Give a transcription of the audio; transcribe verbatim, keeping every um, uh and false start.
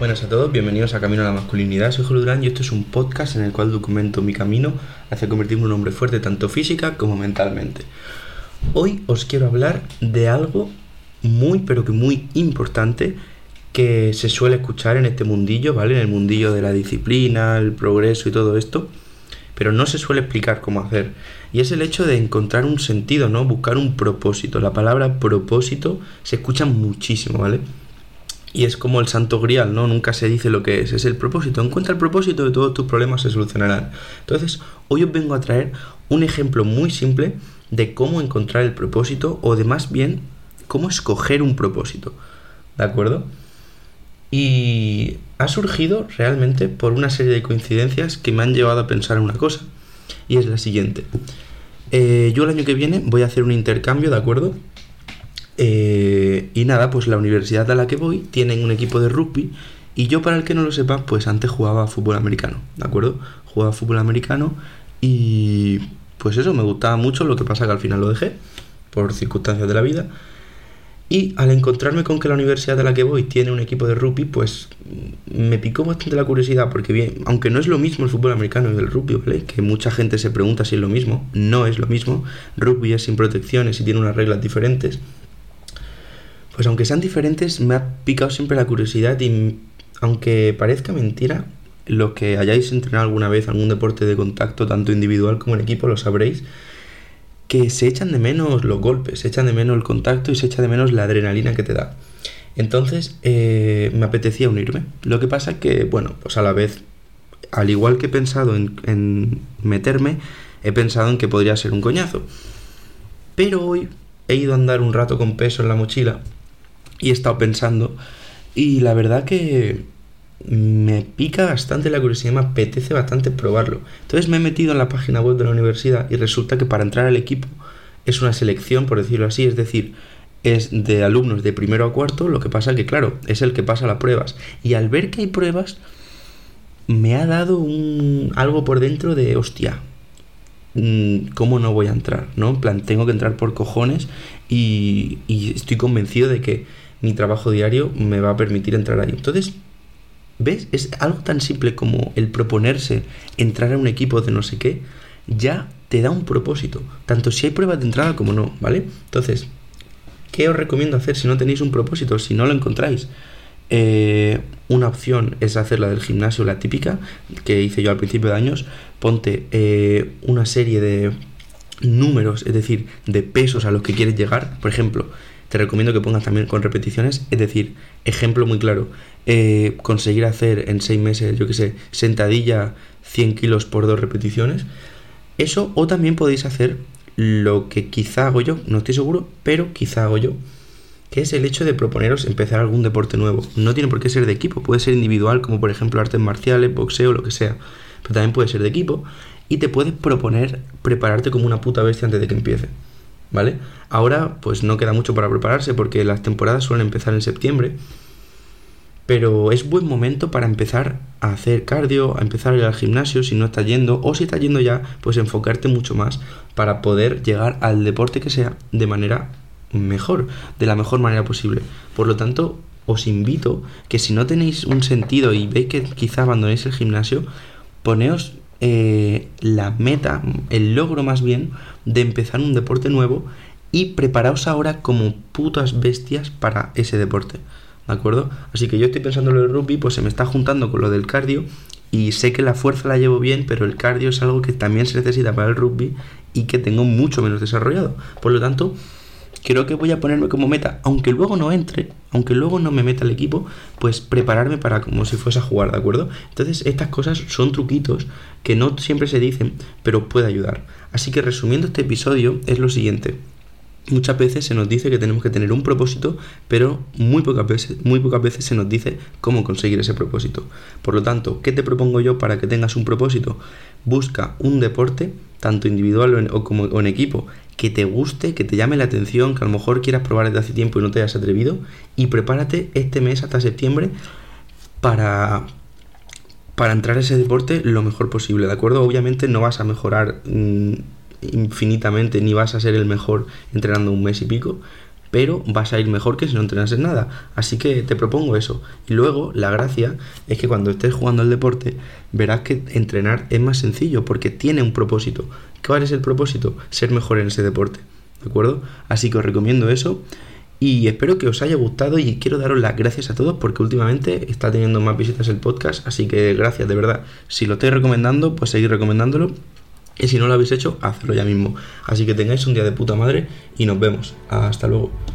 Buenas a todos, bienvenidos a Camino a la Masculinidad. Soy Julio Durán y esto es un podcast en el cual documento mi camino hacia convertirme en un hombre fuerte tanto física como mentalmente. Hoy os quiero hablar de algo muy pero que muy importante que se suele escuchar en este mundillo, ¿vale? En el mundillo de la disciplina, el progreso y todo esto, pero no se suele explicar cómo hacer. Y es el hecho de encontrar un sentido, ¿no? Buscar un propósito. La palabra propósito se escucha muchísimo, ¿vale? Y es como el santo grial, ¿no? Nunca se dice lo que es, es el propósito. Encuentra el propósito y todos tus problemas se solucionarán. Entonces, hoy os vengo a traer un ejemplo muy simple de cómo encontrar el propósito, o de más bien, cómo escoger un propósito, ¿de acuerdo? Y ha surgido realmente por una serie de coincidencias que me han llevado a pensar en una cosa, y es la siguiente. Eh, yo el año que viene voy a hacer un intercambio, ¿de acuerdo? Eh, y nada, pues la universidad a la que voy tienen un equipo de rugby y yo, para el que no lo sepa, pues antes jugaba a fútbol americano, ¿de acuerdo? Jugaba a fútbol americano y pues eso, me gustaba mucho, lo que pasa que al final lo dejé por circunstancias de la vida. Y al encontrarme con que la universidad a la que voy tiene un equipo de rugby, pues me picó bastante la curiosidad, porque bien, aunque no es lo mismo el fútbol americano y el rugby, ¿vale? Que mucha gente se pregunta si es lo mismo, no es lo mismo. Rugby es sin protecciones y tiene unas reglas diferentes. Pues aunque sean diferentes, me ha picado siempre la curiosidad y, aunque parezca mentira, los que hayáis entrenado alguna vez algún deporte de contacto, tanto individual como en equipo, lo sabréis, que se echan de menos los golpes, se echan de menos el contacto y se echa de menos la adrenalina que te da. Entonces eh, me apetecía unirme. Lo que pasa es que, bueno, pues a la vez, al igual que he pensado en, en meterme, he pensado en que podría ser un coñazo. Pero hoy he ido a andar un rato con peso en la mochila y he estado pensando, y la verdad que me pica bastante la curiosidad, me apetece bastante probarlo. Entonces me he metido en la página web de la universidad y resulta que para entrar al equipo es una selección, por decirlo así, es decir, es de alumnos de primero a cuarto. Lo que pasa que, claro, es el que pasa las pruebas, y al ver que hay pruebas me ha dado un algo por dentro de hostia, ¿cómo no voy a entrar? ¿No? En plan, tengo que entrar por cojones y, y estoy convencido de que mi trabajo diario me va a permitir entrar ahí. Entonces, ¿ves? Es algo tan simple como el proponerse entrar a un equipo de no sé qué, ya te da un propósito, tanto si hay pruebas de entrada como no, ¿vale? Entonces, ¿qué os recomiendo hacer si no tenéis un propósito, si no lo encontráis? Eh, una opción es hacer la del gimnasio, la típica que hice yo al principio de años. Ponte eh, una serie de números, es decir, de pesos a los que quieres llegar. Por ejemplo, te recomiendo que pongas también con repeticiones, es decir, ejemplo muy claro, eh, conseguir hacer en seis meses, yo que sé, sentadilla cien kilos por dos repeticiones. Eso, o también podéis hacer lo que quizá hago yo, no estoy seguro, pero quizá hago yo, que es el hecho de proponeros empezar algún deporte nuevo. No tiene por qué ser de equipo, puede ser individual, como por ejemplo artes marciales, boxeo, lo que sea, pero también puede ser de equipo, y te puedes proponer prepararte como una puta bestia antes de que empiece, ¿vale? Ahora pues no queda mucho para prepararse porque las temporadas suelen empezar en septiembre, pero es buen momento para empezar a hacer cardio, a empezar a ir al gimnasio si no estás yendo, o si estás yendo ya, pues enfocarte mucho más para poder llegar al deporte que sea de manera mejor, de la mejor manera posible. Por lo tanto, os invito que si no tenéis un sentido y veis que quizá abandonéis el gimnasio, poneos eh, la meta, el logro más bien, de empezar un deporte nuevo y preparaos ahora como putas bestias para ese deporte, ¿de acuerdo? Así que yo estoy pensando en lo del rugby, pues se me está juntando con lo del cardio, y sé que la fuerza la llevo bien, pero el cardio es algo que también se necesita para el rugby y que tengo mucho menos desarrollado. Por lo tanto, creo que voy a ponerme como meta, aunque luego no entre, aunque luego no me meta al equipo, pues prepararme para como si fuese a jugar, ¿de acuerdo? Entonces, estas cosas son truquitos que no siempre se dicen, pero puede ayudar. Así que, resumiendo este episodio, es lo siguiente. Muchas veces se nos dice que tenemos que tener un propósito, pero muy pocas veces, muy pocas veces se nos dice cómo conseguir ese propósito. Por lo tanto, ¿qué te propongo yo para que tengas un propósito? Busca un deporte, tanto individual o en, o como, o en equipo, que te guste, que te llame la atención, que a lo mejor quieras probar desde hace tiempo y no te hayas atrevido, y prepárate este mes hasta septiembre para, para entrar a ese deporte lo mejor posible, ¿de acuerdo? Obviamente no vas a mejorar mmm, infinitamente, ni vas a ser el mejor entrenando un mes y pico, pero vas a ir mejor que si no entrenases nada. Así que te propongo eso. Y luego, la gracia es que cuando estés jugando al deporte, verás que entrenar es más sencillo, porque tiene un propósito. ¿Cuál es el propósito? Ser mejor en ese deporte, ¿de acuerdo? Así que os recomiendo eso. Y espero que os haya gustado y quiero daros las gracias a todos porque últimamente está teniendo más visitas el podcast, así que gracias, de verdad. Si lo estáis recomendando, pues seguid recomendándolo. Y si no lo habéis hecho, hacedlo ya mismo. Así que tengáis un día de puta madre y nos vemos. Hasta luego.